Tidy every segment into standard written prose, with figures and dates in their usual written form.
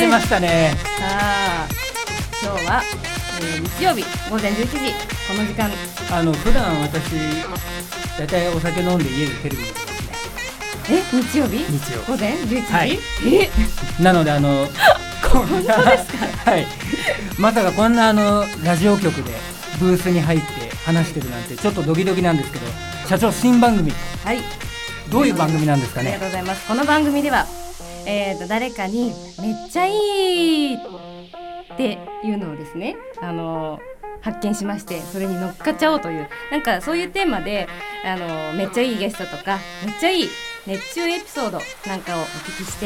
ましたね。 さあ今日は、日曜日午前11時この時間普段私だいたいお酒飲んで家でテレビ見てますね。 日曜日日曜午前11時、 はい、なのでこんな本当ですかはい、まさかこんなラジオ局でブースに入って話してるなんてちょっとドキドキなんですけど、社長新番組、 はい、 どういう番組なんですかね。 ありがとうございます。この番組では、誰かにめっちゃいいっていうのをですね、発見しまして、それに乗っかっちゃおうという、なんかそういうテーマでめっちゃいいゲストとかめっちゃいい熱中エピソードなんかをお聞きして、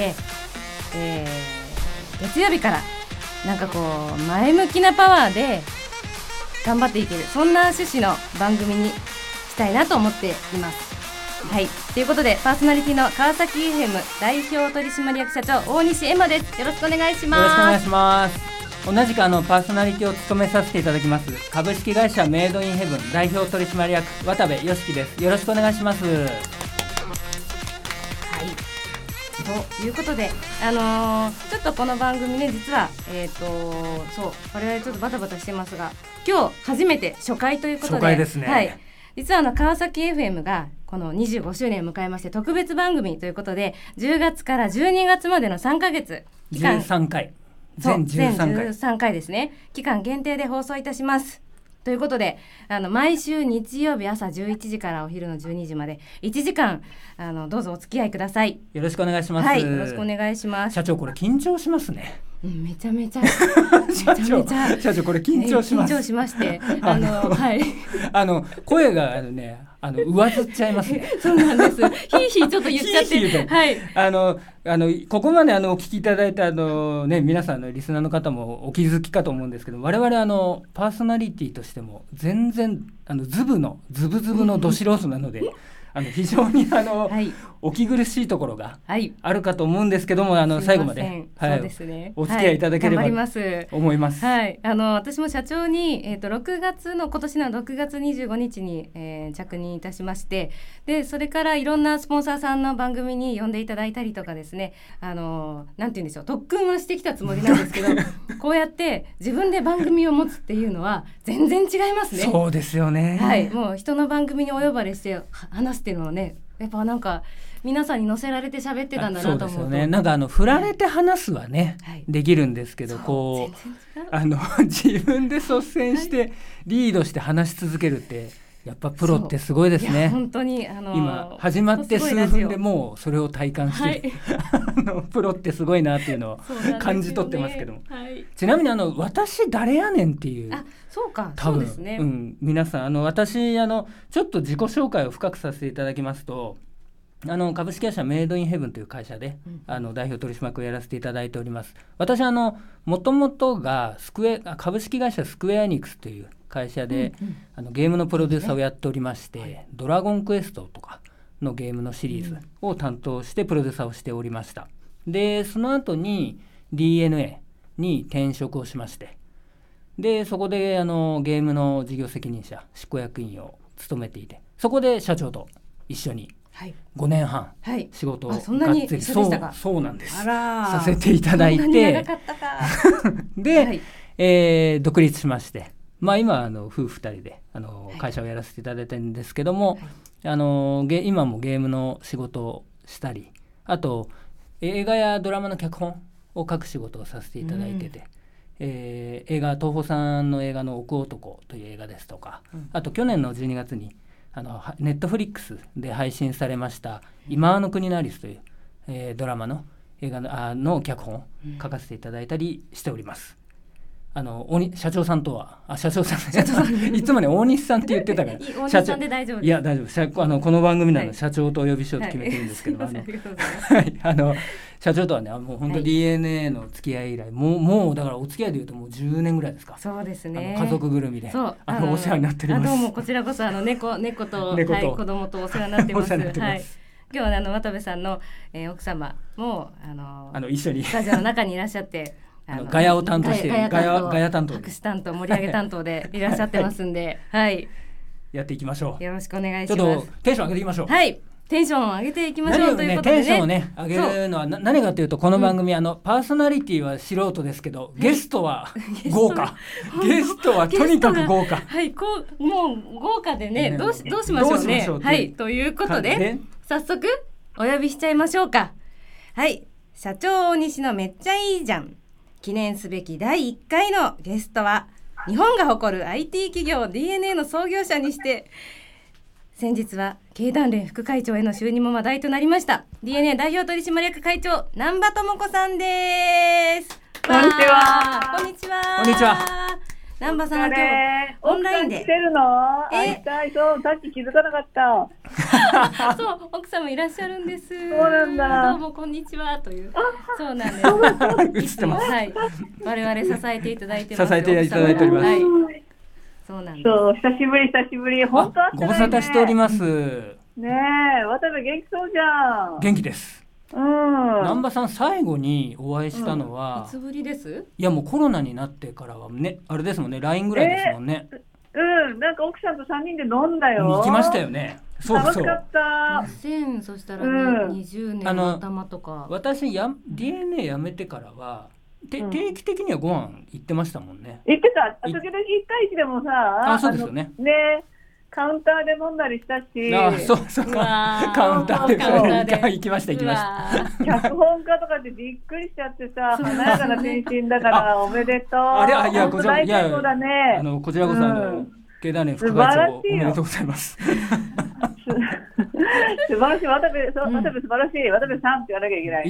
月曜日からなんかこう前向きなパワーで頑張っていける、そんな趣旨の番組にしたいなと思っています。はい、ということでパーソナリティの川崎 FM 代表取締役社長大西エマです。よろしくお願いします。 よろしくお願いします。同じくパーソナリティを務めさせていただきます株式会社メイドインヘブン代表取締役渡部良樹です。よろしくお願いします。はい 、ということで、ちょっとこの番組ね、実はそう我々ちょっとバタバタしてますが、今日初めて初回ということで、 初回ですね。 はい、実は川崎 FM がこの25周年を迎えまして特別番組ということで、10月から12月までの3ヶ月 13回全13 回ですね、期間限定で放送いたしますということで、毎週日曜日朝11時からお昼の12時まで1時間どうぞお付き合いください。 よろしくお願いします。 はい、よろしくお願いします。 社長これ緊張しますね。 めちゃめちゃ社長これ緊張します。 緊張しましてはい、 声がね上ずっちゃいますね。 そうなんです。ひいひいちょっと言っちゃってはい、ここまでお聞きいただいた皆さんのリスナーの方もお気づきかと思うんですけど、我々パーソナリティとしても全然ズブのど素人なので非常にはい、お気苦しいところがあるかと思うんですけども、最後まで、はい、そうですね、お付き合いいただければと思います。 はい、私も社長に、今年の6月25日に、着任いたしまして、でそれからいろんなスポンサーさんの番組に呼んでいただいたりとかですね、なんて言うんでしょう、特訓はしてきたつもりなんですけどこうやって自分で番組を持つっていうのは全然違いますね。 そうですよね。 はい、もう人の番組にお呼ばれして話すっていうのはね、やっぱなんか皆さんに乗せられて喋ってたんだなと思うと、 そうですよね。なんか振られて話すはね、はい、できるんですけど、こう自分で率先してリードして話し続けるってやっぱプロってすごいですね。 本当に今始まって数分でもうそれを体感してる、はい、プロってすごいなっていうのを感じ取ってますけども、はい、ちなみに私誰やねんっていう、 そうか、 多分そうですね、 皆さん私ちょっと自己紹介を深くさせていただきますと、株式会社メイドインヘブンという会社で、代表取締役をやらせていただいております。私もともとが株式会社スクエアエニックスという会社で、ゲームのプロデューサーをやっておりまして、ドラゴンクエストとかのゲームのシリーズを担当してプロデューサーをしておりました。でその後に DNA に転職をしまして、でそこでゲームの事業責任者執行役員を務めていて、そこで社長と一緒に5年半仕事をがっつり、そうなんです、させていただいてで、独立しまして、今夫婦2人で会社をやらせていただいてるんですけども、今もゲームの仕事をしたり、あと映画やドラマの脚本を書く仕事をさせていただいてて、映画東宝さんの映画の奥男という映画ですとか、あと去年の12月にネットフリックスで配信されました今はの国のアリスという、ドラマの映画の脚本を書かせていただいたりしております。社長さんとは社長さんいつもね大西さんって言ってたから大西さんで大丈夫です。 いや大丈夫、この番組なの社長とお呼びしようと決めてるんですけど、社長とはねもう本当 DNA の付き合い以来、もうだからお付き合いでいうともう10年ぐらいですか。 そうですね、 家族ぐるみでお世話になっております。 どうもこちらこそ猫と子供とお世話になってます。今日は渡部さんの、奥様も一緒にスタジオの中にいらっしゃってガヤを担当してガヤ担当、 拍手担当、盛り上げ担当でいらっしゃってますんで、はい、 やっていきましょう。 よろしくお願いします。 ちょっとテンション上げていきましょう。 はい、 テンションを上げていきましょうということでね。 テンションをね上げるのは何かというと、この番組、パーソナリティは素人ですけど、ゲストは豪華ゲストはとにかく豪華、 はい、もう豪華でね、どうしましょうね。はい、ということで早速お呼びしちゃいましょうか。はい、社長大西のめっちゃいいじゃん、記念すべき第1回のゲストは日本が誇る IT 企業 DNA の創業者にして先日は経団連副会長への就任も話題となりました DNA 代表取締役会長南波智子さんです。 こんにちは。 こんにちは。 こんにちは。 南波さんは今日オンラインで来てるの？そう、さっき気づかなかった。 そう、奥様いらっしゃるんです。 そうなんだ。 どうもこんにちはという。そうなんです。 映ってます。 はい。我々支えていただいてます。 支えていただいております。 はい。そうなんです。 そう、久しぶり。本当ご無沙汰しております。 ねえ、渡部元気そうじゃん。 元気です。南波さん最後にお会いしたのは、 いつぶりです？ いやもうコロナになってからはね、あれですもんね、LINE ぐらいですもんね。 なんか奥さんと3人で飲んだよ。 行きましたよね。そう楽しかった。 そしたら20年の頭とか。 私DNA 辞めてからは定期的にはご飯行ってましたもんね。 行ってた。時々1対1でもさ、 そうですよね。 ね、カウンターで飲んだりしたし。 そうカウンターで行きました。 脚本家とかってびっくりしちゃってさ、華やかな転身だからおめでとう。 いやこちらこそ経団連副会長おめでとうございます。 素晴らしい。渡部素晴らしい。渡部さんって言わなきゃいけない。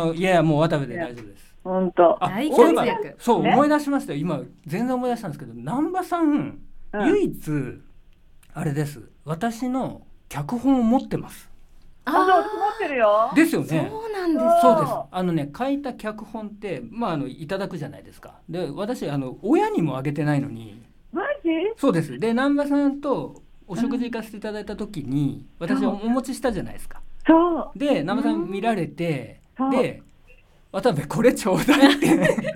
いやもう渡部で大丈夫です。 本当。 大活躍。 そう思い出しましたよ。今全然思い出したんですけど、南波さん唯一あれです。私の脚本を持ってます。 そう持ってるよ。 ですよね。 そうなんです。 そうです。書いた脚本っていただくじゃないですか。で私親にもあげてないのに。 マジ？ そうです。で南波さんとお食事行かせていただいた時に、私お持ちしたじゃないですか。 そう。 で南波さん見られて、で渡部これちょうだいって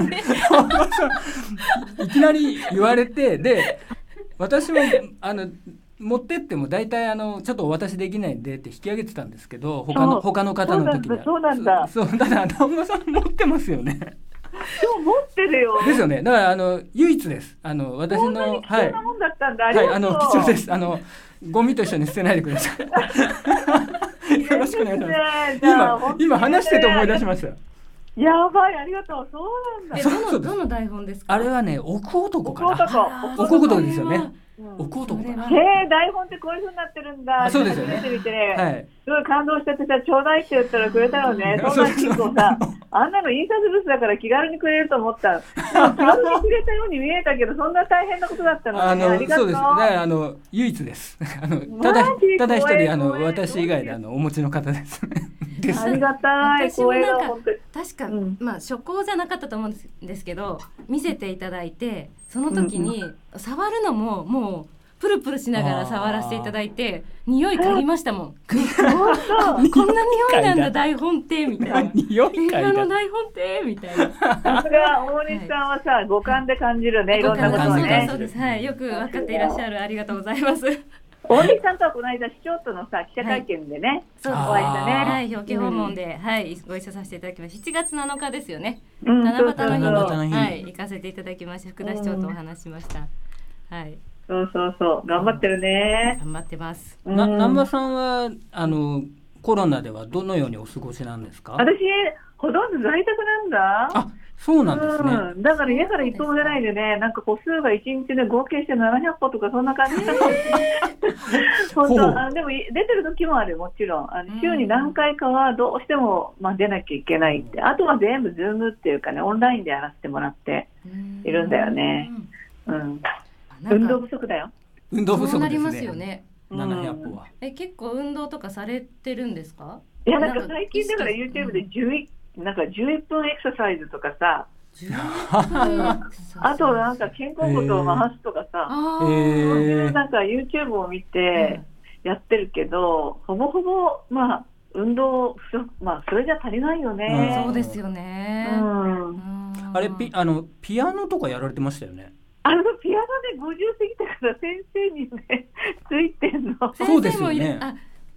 いきなり言われて、で私も持ってっても大体ちょっとお渡しできないんでって引き上げてたんですけど、他の方の時には。 そうなんだ。 そうただ南波さん持ってますよね。 そう持ってるよ。 ですよね。だから唯一です。私の貴重なもんだったんだ。 はい貴重です。ゴミと一緒に捨てないでください。よろしくお願いします。今話してて思い出しました。 やばい、ありがとう。そうなんだ。 どの台本ですか？ あれはね、奥男かな。奥男ですよね。奥男かな。 台本ってこういう風になってるんだ。 そうですよね。 初めて見てね、すごい感動しちゃってさ、ちょうだいって言ったらくれたのね。そんな結構さ、あんなの印刷物だから気軽にくれると思った。気軽にくれたように見えたけど、そんな大変なことだったのね。ありがとう。 そうです。唯一です。ただ一人私以外でお持ちの方です。 ありがたい。 私もなんか確か、初稿じゃなかったと思うんですけど、見せていただいて、その時に触るのももうプルプルしながら触らせていただいて、匂い嗅ぎましたもん。こんな匂いなんだ台本ってみたいな。 匂い嗅いだ。 映画の台本ってみたいな。 さすが大西さんはさ、五感で感じるね、いろんなことをね。 そうです。はい、よく分かっていらっしゃる。ありがとうございます。 大西さんとはこの間市長とのさ記者会見でね、お会いしたね。 はい、表敬訪問で、ご一緒させていただきました。7月7日ですよね。七夕の日に行かせていただきました。福田市長とお話しました。はい。 そう頑張ってるね。 頑張ってます。 南波さんはコロナではどのようにお過ごしなんですか？ 私ほとんど在宅なんだ。 あ、そうなんですね。 だから家から一歩も出ないでね、なんか歩数が1日で合計して700歩とかそんな感じだった本当でも出てる時もある、もちろん週に何回かはどうしても、出なきゃいけないって、あとは全部 Zoom っていうかね、オンラインでやらせてもらっているんだよね。運動不足だよ。 運動不足ですね。 そうなりますよね。 700歩は。 結構運動とかされてるんですか？ いや、なんか最近だから YouTube で11分エクササイズとかさ、あとなんか肩甲骨を回すとかさ、そういうなんか YouTube を見てやってるけど、ほぼほぼ運動不足、それじゃ足りないよね。 そうですよね。 あれピアノとかやられてましたよね。 ピアノで50過ぎてから先生にねついてんの。 そうですよね。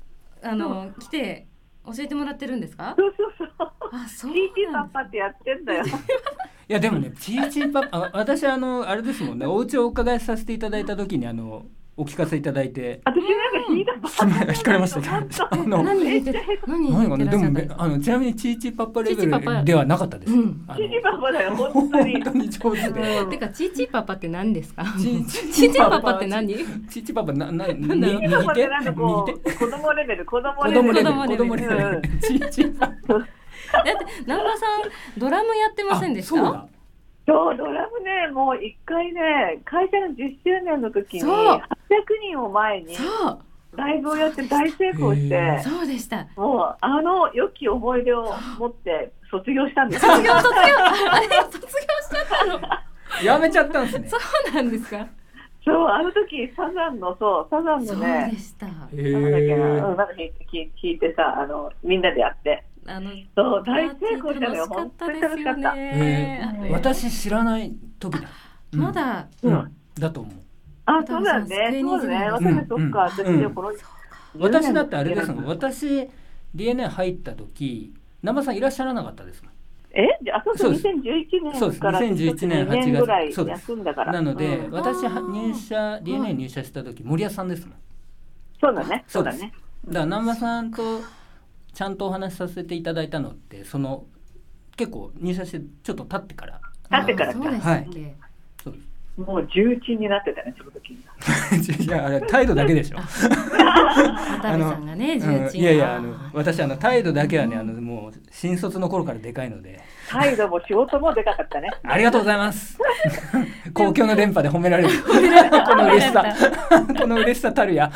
来て教えてもらってるんですか？ そうそうそう。 あ、そうチーチーなんです。 パッパってやってんだよ。 いやでもねチーチーパパ私あれですもんね、お家をお伺いさせていただいた時にお聞かせいただいて私なんか聞いたばっかり。 惹かれましたけど何言ってらっしゃったんですか？ ちなみにチーチーパッパレベチーチーパッパルではなかったです、 うんチーチーパッパだよ、本当に。 本当に上手で、 うんてかチーチーパパって何ですか？ チーチーチーパパって何？ チーチーパパなんだろうチーチーパッパってなんかこ右手う、子供レベル、子供子供レベル子供レベルチーチーパパだって南波さんドラムやってませんでした？ そうだそう、ドラムね、もう一回ね、会社の10周年の時にそう 800人を前にそうライブをやって大成功しへて、 そうでした。 もう良き思い出を持って卒業したんです。 卒業あれ卒業しちゃったの？ やめちゃったんですね。 そうなんですか？ そう、時サザンのそうねで、した。 へなんだっけな、 ーなんか弾いてさ、みんなでやって。そう、大成功したのよ。 楽しかったです本当に楽しかった。 ね。 私知らない時だ、 まだだと思う。 あ、そうだね。そうね。私そっか。私でこの私だってあれですもん。私 DNA 入った時南波さんいらっしゃらなかったですもん。 じゃあそう2011年から 2011年8月ぐらい休んだから。 なので、私DNA 入社した時森谷さんですもん。 そうだね。 そうだね。だから南波さんとちゃんとお話しさせていただいたのって結構入社してちょっと経ってからそうでしたっけ？ そうです。 もう重鎮になってたね、その時に。 いやあれ態度だけでしょ。 渡部さんがね重鎮。 いや私態度だけはねもう新卒の頃からでかいので。 態度も仕事もでかかったね。 ありがとうございます。公共の電波で褒められる。この嬉しさ、この嬉しさたるや。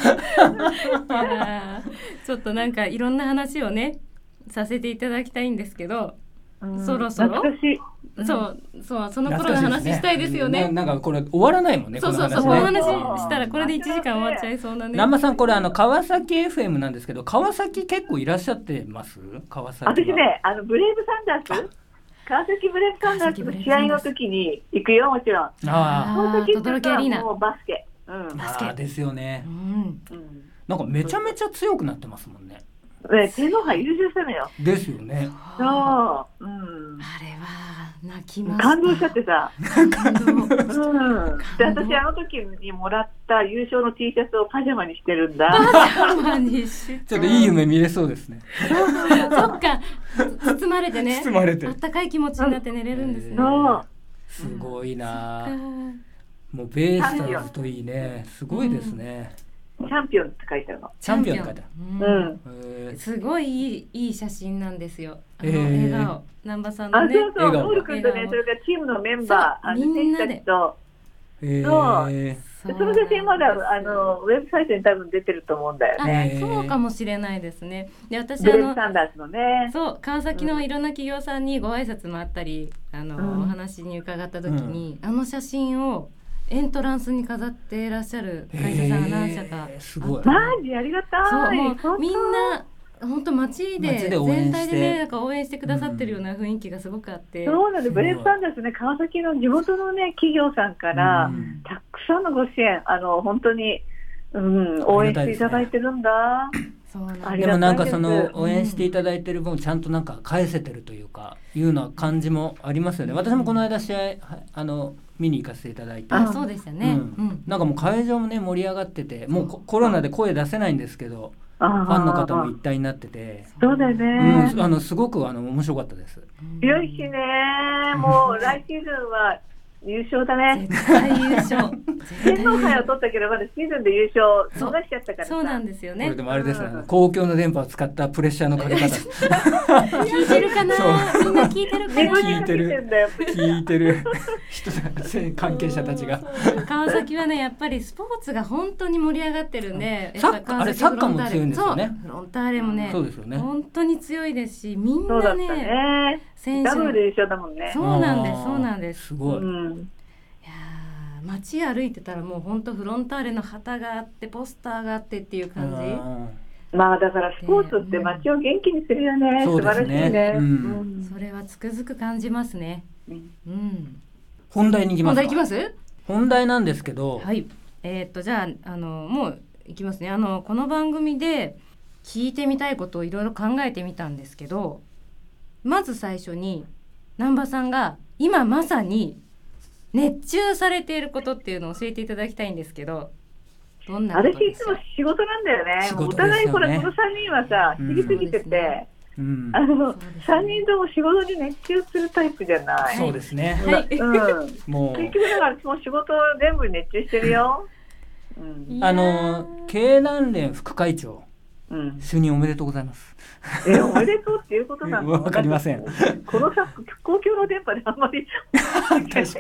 ちょっとなんかいろんな話をねさせていただきたいんですけど、そろそろ。その頃の話したいですよね。 なんかこれ終わらないもんね。 そうこの話したらこれで1時間終わっちゃいそうなね。 南波さんこれ川崎 FM なんですけど、川崎結構いらっしゃってます？川崎。 私ねブレイブサンダース。川崎ブレイブサンダースの試合の時に行くよ、もちろん。 ああ、轟アリーナ。 もうバスケ。 バスケですよね。なんかめちゃめちゃ強くなってますもんね。 天皇杯優勝したのよ。 ですよね。 そう、あれは泣きました。 感動しちゃってさ。 感動。 で、私時にもらった優勝の T シャツをパジャマにしてるんだ。 パジャマにして。 ちょっといい夢見れそうですね。 そっか、包まれてね。 包まれて。 あったかい気持ちになって寝れるんですね。 すごいな。もうベイスターズといいね。すごいですね。 チャンピオンって書いてあるの。 チャンピオンって書いてある。すごいいい写真なんですよ。笑顔、南波さんのね。 そう、ノール君とね、それからチームのメンバー、 みんなで。 そう、その写真まだウェブサイトに多分出てると思うんだよね。 そうかもしれないですね。で、私ブレイブサンダースのね。 そう、川崎のいろんな企業さんにご挨拶もあったり、お話に伺った時に、写真をエントランスに飾っていらっしゃる会社さんが何社か。 すごい。 マジありがたい。 そう、みんな本当街で全体でね、なんか応援してくださってるような雰囲気がすごくあって。 そうなんです。ブレイブサンダースね、川崎の地元のね企業さんからたくさんのご支援、本当に応援していただいてるんだ。 でもなんか応援していただいてる分ちゃんとなんか返せてるというかいうような感じもありますよね。私もこの間試合見に行かせていただいて、 そうでしたね。 なんかもう会場もね盛り上がってて、もうコロナで声出せないんですけど、ファンの方も一体になってて、 そうだよね。 すごく面白かったです。 強いしね、もう来シーズンは優勝だね。 絶対優勝。 天皇杯を取ったけどまだシーズンで優勝逃しちゃったからさ。 そうなんですよね。 これでもあれですね、公共の電波を使ったプレッシャーのかけ方。 聞いてるかな。みんな聞いてるかな。 聞いてる人関係者たちが。 川崎はねやっぱりスポーツが本当に盛り上がってるんで、 サッカーも強いんですよね。 フロンターレもね、 そうですよね。 本当に強いですし、みんなね選手ダブルで優勝だもんね。 そうなんです、そうなんです。 すごい。 街歩いてたらもう本当フロンターレの旗があってポスターがあってっていう感じ。 まあだからスポーツって街を元気にするよね。素晴らしいね。 それはつくづく感じますね。 本題に行きますか。 本題行きます？ 本題なんですけど、 はい。じゃあもう行きますね。この番組で聞いてみたいことをいろいろ考えてみたんですけど、まず最初に南波さんが今まさに熱中されていることっていうのを教えていただきたいんですけど、どんなこと私いつもでしょう？ 仕事なんだよね。 仕事お互いこのですよね 3人はさ、知りすぎてて、 うん 3人とも仕事に熱中するタイプじゃない。 そうですね、 はいもう結局だからもう仕事全部に熱中してるよ。 いやー経団連副会長就任おめでとうございます。 おめでとうっていうことなの？ わかりません。 このさ公共の電波であんまり確か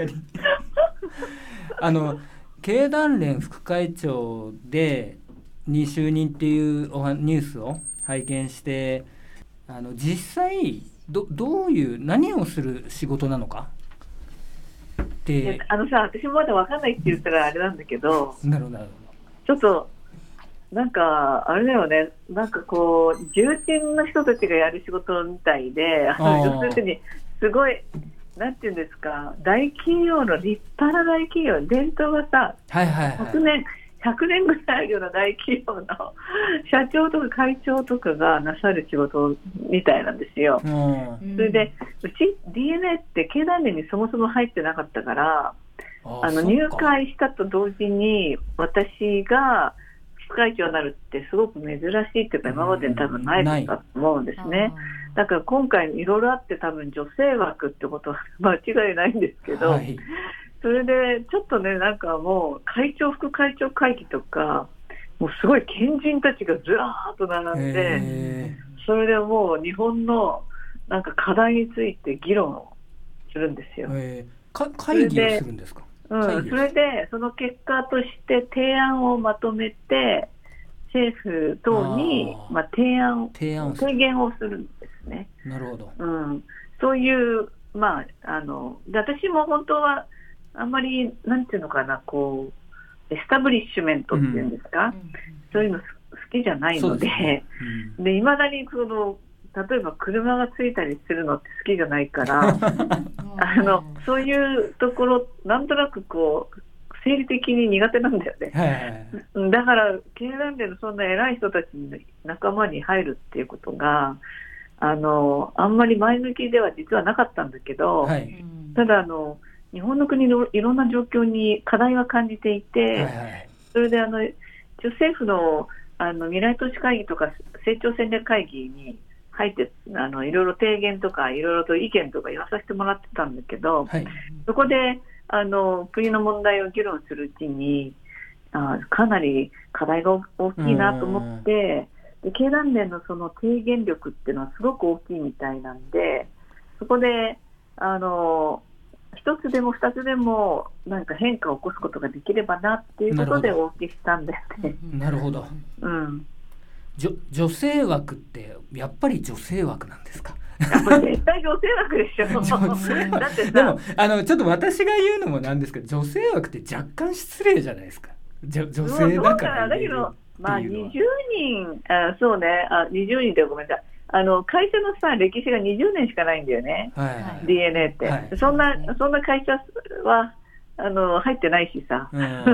に経団連副会長に就任っていうニュースを拝見して、実際どういう何をする仕事なのかって私もまだ分かんないって言ったらあれなんだけど、 なるほどちょっとなんかあれだよね、なんかこう重鎮の人たちがやる仕事みたいで、要するにすごいなんていうんですか、大企業の立派な大企業、伝統がさ、100年ぐらいあるような大企業の社長とか会長とかがなさる仕事みたいなんですよ。それでうち DNA って経団連にそもそも入ってなかったから、入会したと同時に私が副会長になるってすごく珍しいっていうか、今までに多分ないかと思うんですね。だから今回いろいろあって多分女性枠ってことは間違いないんですけど、それでちょっとね、なんかもう会長副会長会議とかもうすごい賢人たちがずらーっと並んで、それでもう日本のなんか課題について議論をするんですよ。 会議をするんですか？ それでその結果として提案をまとめて政府等に提言をするんですね。 なるほど。 そういう私も本当はあんまりなんていうのかな、こうエスタブリッシュメントっていうんですか、そういうの好きじゃないので、で未だに例えば車がついたりするのって好きじゃないからそういうところなんとなくこう生理的に苦手なんだよね。だから経団連のそんな偉い人たちの仲間に入るっていうことがあんまり前向きでは実はなかったんだけど、ただ日本の国のいろんな状況に課題は感じていて、それで政府の未来投資会議とか成長戦略会議に入っていろいろ提言とかいろいろと意見とか言わさせてもらってたんだけど、そこで国の問題を議論するうちにかなり課題が大きいなと思って、で経団連のその提言力っていうのはすごく大きいみたいなんで、そこで一つでも二つでもなんか変化を起こすことができればなっていうことでお受けしたんだよね。 なるほど。女性枠ってやっぱり女性枠なんですか？ やっぱり絶対女性枠でしょ。だってさ、 でもちょっと私が言うのもなんですけど、女性枠って若干失礼じゃないですか。女性だからだけど20人そうね20人でごめんなさい。会社のさ歴史が20年しかないんだよね、DNA って、そんな会社は入ってないしさ、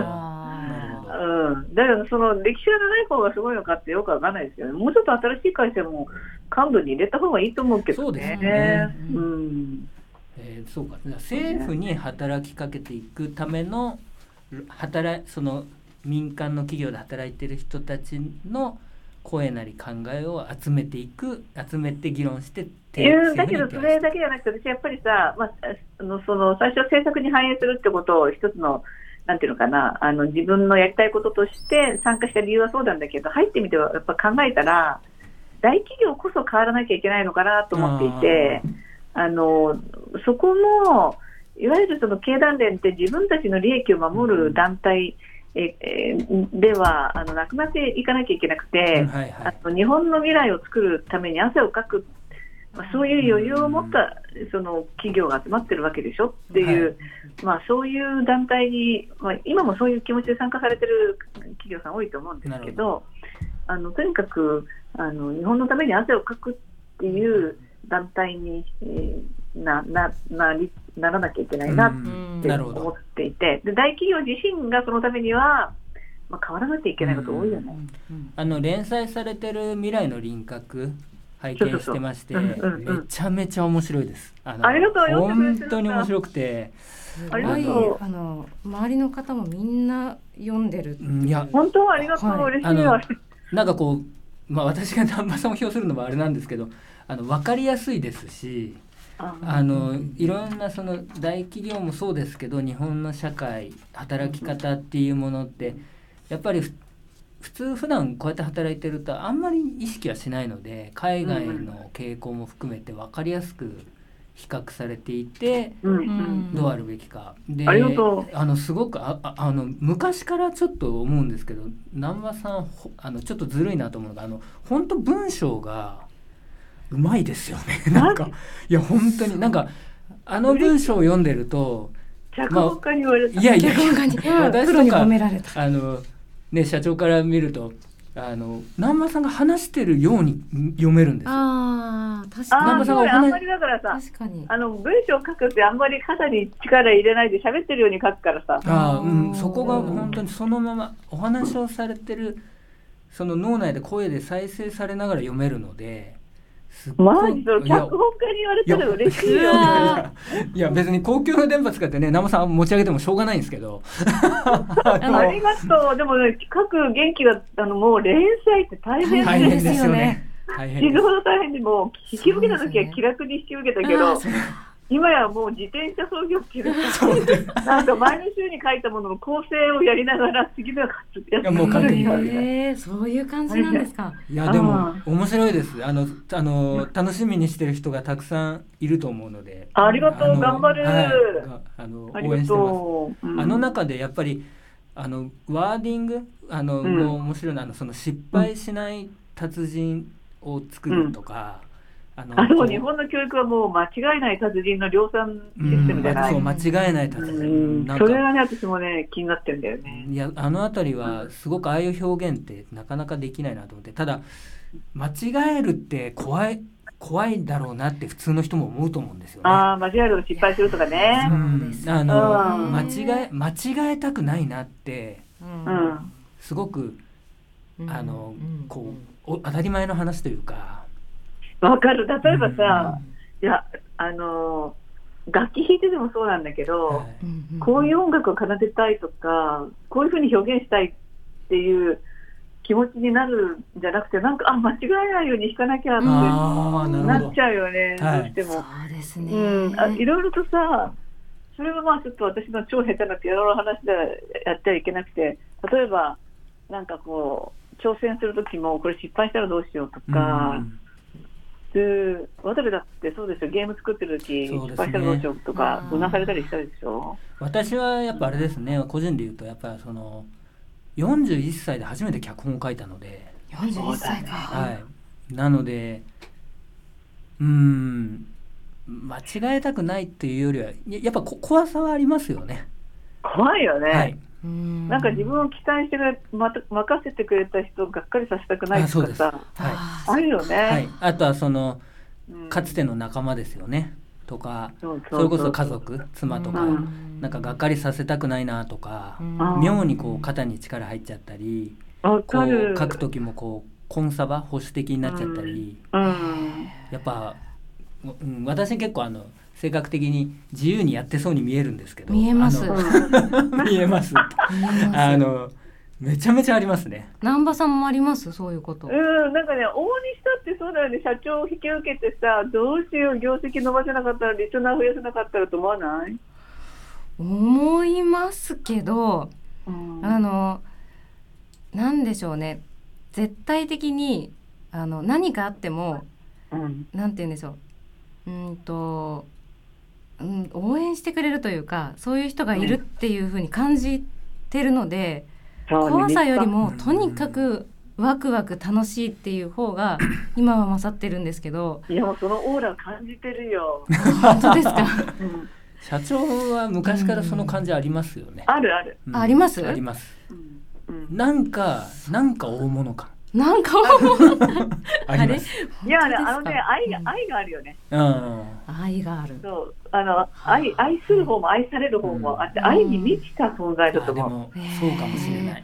だからその歴史が長い方がすごいのかってよくわかんないですよね。もうちょっと新しい会社も幹部に入れた方がいいと思うけどね。 そうですね。そうか。政府に働きかけていくためのその民間の企業で働いている人たちの声なり考えを集めて議論してだけどそれだけじゃなくて、私やっぱりさ、その最初は政策に反映するってことを一つのなんていうのかな、自分のやりたいこととして参加した理由はそうなんだけど、入ってみてやっぱ考えたら大企業こそ変わらなきゃいけないのかなと思っていて、そこもいわゆるその経団連って自分たちの利益を守る団体、ではなくなっていかなきゃいけなくて、日本の未来を作るために汗をかく、そういう余裕を持ったその企業が集まってるわけでしょっていう、そういう団体に、今もそういう気持ちで参加されてる企業さん多いと思うんですけど、とにかく日本のために汗をかくっていう団体に、ならなきゃいけないなって思っていて、で大企業自身がそのためには、 まあ、変わらなきゃいけないこと多いよね。 連載されてる未来の輪郭拝見してまして、めちゃめちゃ面白いです。 ありがとう。 本当に面白くて、 ありがとう。周りの方もみんな読んでる。 いや本当ありがとう、嬉しいわ。 なんかこう、まあ、私が南波さんを評するのもあれなんですけど、分かりやすいですし、いろんなその大企業もそうですけど、日本の社会働き方っていうものってやっぱり普段こうやって働いてるとあんまり意識はしないので、海外の傾向も含めて分かりやすく比較されていて、どうあるべきかで、すごく昔からちょっと思うんですけど、南波さんちょっとずるいなと思うのが、本当文章がうまいですよね。なんかいや本当になんか文章を読んでると、 脚本家に言われた。 いや私とかね、社長から見ると南波さんが話してるように読めるんですよ。 確かに。 南波さんがあんまりだからさ、文章を書くってあんまり肩に力入れないで喋ってるように書くからさ。 そこが本当にそのままお話をされてる、その脳内で声で再生されながら読めるので。 マジで脚本家に言われたら嬉しいよ。 いや別に公共の電波使ってね、南波さん持ち上げてもしょうがないんですけど。 ありがとう。でもね、書く元気がもう連載って大変ですよね。 死ぬほど大変で、もう引き受けた時は気楽に引き受けたけど、今やもう自転車操業っていうか、なんか前の週に書いたものの構成をやりながら次のやつやってもう完璧にそういう感じなんですか。 いやでも面白いです。楽しみにしてる人がたくさんいると思うので、 ありがとう。頑張る。 応援してます。中でやっぱりワーディングもう面白いのは、その失敗しない達人を作るとか。 日本の教育はもう間違いない達人の量産システムじゃない。 そう、間違いない達人。 それがね、私もね気になってるんだよね。 いや、あたりはすごくああいう表現ってなかなかできないなと思って、ただ間違えるって怖いだろうなって普通の人も思うと思うんですよね。 間違えると失敗するとかね。間違えたくないなって、すごくこう当たり前の話というか。 わかる。例えばさ、いや楽器弾いててもそうなんだけど、こういう音楽を奏でたいとか、こういうふうに表現したいっていう気持ちになるんじゃなくて、なんか間違えないように弾かなきゃってなっちゃうよね、どうしても。 そうですね。 いろいろとさ、それはまあちょっと私の超下手なピアノの話でやってはいけなくて、例えばなんかこう挑戦する時もこれ失敗したらどうしようとか。私だってそうですよ。ゲーム作ってる時失敗したらどうしようとかうなされたりしたでしょ。 私はやっぱあれですね、個人で言うとやっぱり41歳で初めて脚本を書いたので。 41歳か。 はい。なので間違えたくないっていうよりはやっぱ怖さはありますよね。 怖いよね。 はい。 なんか自分を期待して任せてくれた人をがっかりさせたくないとかさ、あるよね。 はい。あとはかつての仲間ですよねとか、それこそ家族、妻とか、なんかがっかりさせたくないなとか、妙にこう肩に力入っちゃったり、こう書く時もこうコンサバ保守的になっちゃったり、やっぱ、私結構性格的に自由にやってそうに見えるんですけど、 見えます見えますめちゃめちゃありますね。 南波さんもありますそういうこと。 なんかね、往々にしたってそうだよね。社長を引き受けてさ、どうしよう、業績伸ばせなかったら、リスナー増やせなかったらと思わない？ 思いますけど、なんでしょうね、絶対的に何かあっても、なんて言うんでしょう、応援してくれるというか、そういう人がいるっていう風に感じてるので、怖さよりもとにかくワクワク楽しいっていう方が今は勝ってるんですけど。 いや、もうそのオーラ感じてるよ。 本当ですか？ 社長は昔からその感じありますよね。 あるある。 あります？ あります。なんか大物感。 なんかあります。 いや、愛があるよね。 愛がある。 そう、愛する方も愛される方もあって、愛に満ちた存在だと思う。 でもそうかもしれない。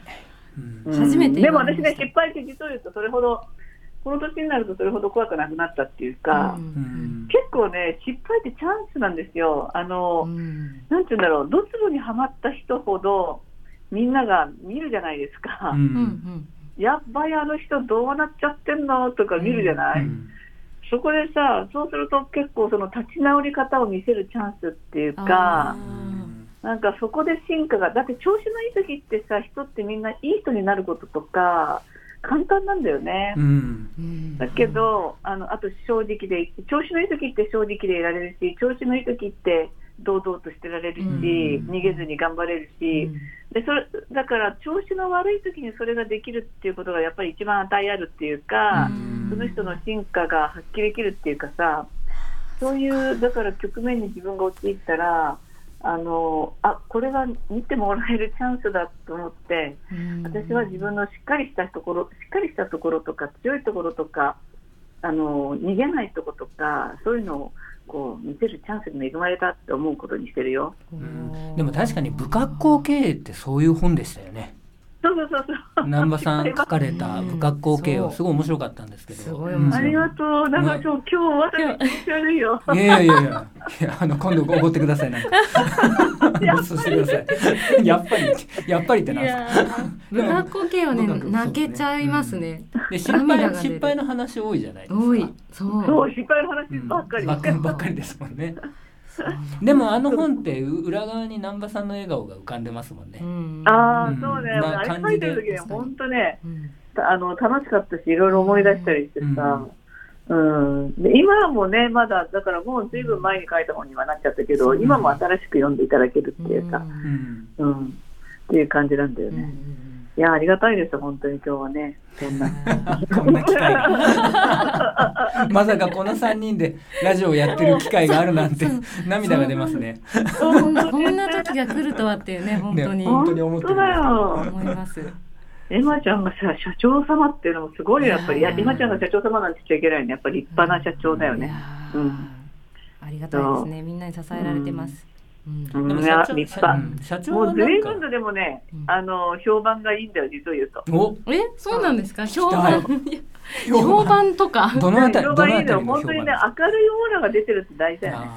初めてでも言われました。 私ね、失敗って実を言うとそれほどこの年になるとそれほど怖くなくなったっていうか、結構ね失敗ってチャンスなんですよ。なんていうんだろう、ドツボにはまった人ほどみんなが見るじゃないですか、やっぱりあの人どうなっちゃってんのとか見るじゃない、そこでさ、そうすると結構その立ち直り方を見せるチャンスっていうか、なんかそこで進化が、だって調子のいい時ってさ、人ってみんないい人になることとか簡単なんだよね、だけどあと正直で、調子のいい時って正直でいられるし、調子のいい時って堂々としてられるし、逃げずに頑張れるし、でそれだから調子の悪い時にそれができるっていうことがやっぱり一番値あるっていうか、その人の進化が発揮できるっていうかさ、そういうだから局面に自分が陥ったらこれが見てもらえるチャンスだと思って、私は自分のしっかりしたところとか強いところとか逃げないところとか、そういうのをこう見せるチャンスに恵まれたって思うことにしてるよ。 でも確かに不格好経営ってそういう本でしたよね。 そう南波さん書かれた不格好経営はすごい面白かったんですけど、 ありがとう。なんか今日私気持ち悪いよ。 いや今度おごってください。なんかそうしてください。やっぱりってなんですか。 不格好経営はね泣けちゃいますね。 で失敗の話多いじゃないですか。 多い。 そう失敗の話ばっかりばっかりですもんね。でもあの本って裏側に南波さんの笑顔が浮かんでますもんね。 そうね。あれ書いてる時ね、本当ね、楽しかったし、いろいろ思い出したりしてさ、で今もね、まだだからもうずいぶん前に書いた本にはなっちゃったけど、今も新しく読んでいただけるっていうか、っていう感じなんだよね。いやありがたいです本当に今日はね、こんな機会がまさかこの3人でラジオをやってる機会があるなんて涙が出ますね。 こんな時が来るとはっていうね、本当に思ってる思います。 エマちゃんがさ社長様っていうのもすごいやっぱり、エマちゃんが社長様なんて言っちゃいけないね、やっぱり立派な社長だよね。 ありがたいですね、みんなに支えられてます。 立派。もう随分とでもね、評判がいいんだよ実を言うと。 そうなんですか。評判とか。 どのあたりいいのよ。本当にね、明るいオーラが出てるって大事だよね。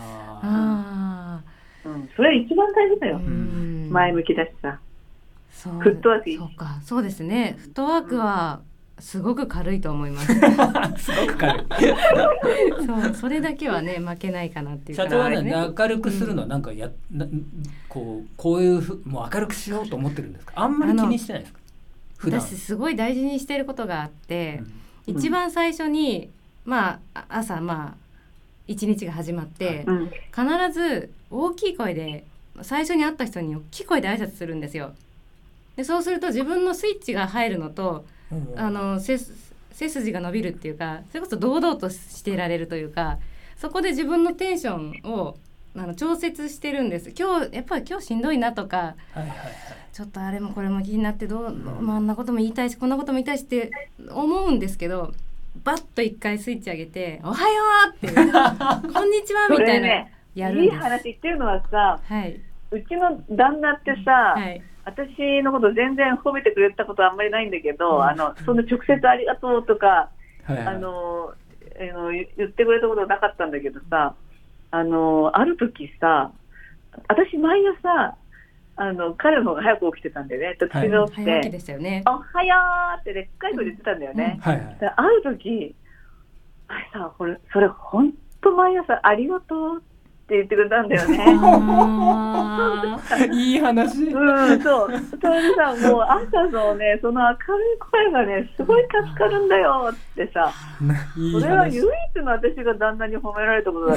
それ一番大事だよ。前向きだしさ。フットワークいい。 そうですね。フットワークはすごく軽いと思います。 すごく軽い。 それだけはね負けないかなっていう。 社長はね、明るくするのはなんかこういうもう明るくしようと思ってるんですか。あんまり気にしてないですか。 私すごい大事にしていることがあって、一番最初に朝一日が始まって、必ず大きい声で最初に会った人に大きい声で挨拶するんですよ。でそうすると自分のスイッチが入るのと背筋が伸びるっていうか、それこそ堂々としていられるというか、そこで自分のテンションを調節してるんです。今日しんどいなとか、ちょっとあれもこれも気になってあんなことも言いたいしこんなことも言いたいしって思うんですけど、バッと一回スイッチ上げておはようってこんにちはみたいなやるんです。 いい話っていうのはさ、うちの旦那ってさ、私のこと全然褒めてくれたことあんまりないんだけど、そんな直接ありがとうとか、言ってくれたことなかったんだけどさ、ある時さ、私毎朝彼の方が早く起きてたんでね、時々起きて、 早起きでしたよね。 おはようってでっかい声で言ってたんだよね。ある時、それ本当毎朝ありがとうって言ってくれたんだよね。 いい話。 そう。それでさ、もう朝のね、その明るい声がね、すごい助かるんだよってさ、それは唯一の私が旦那に褒められたことだった。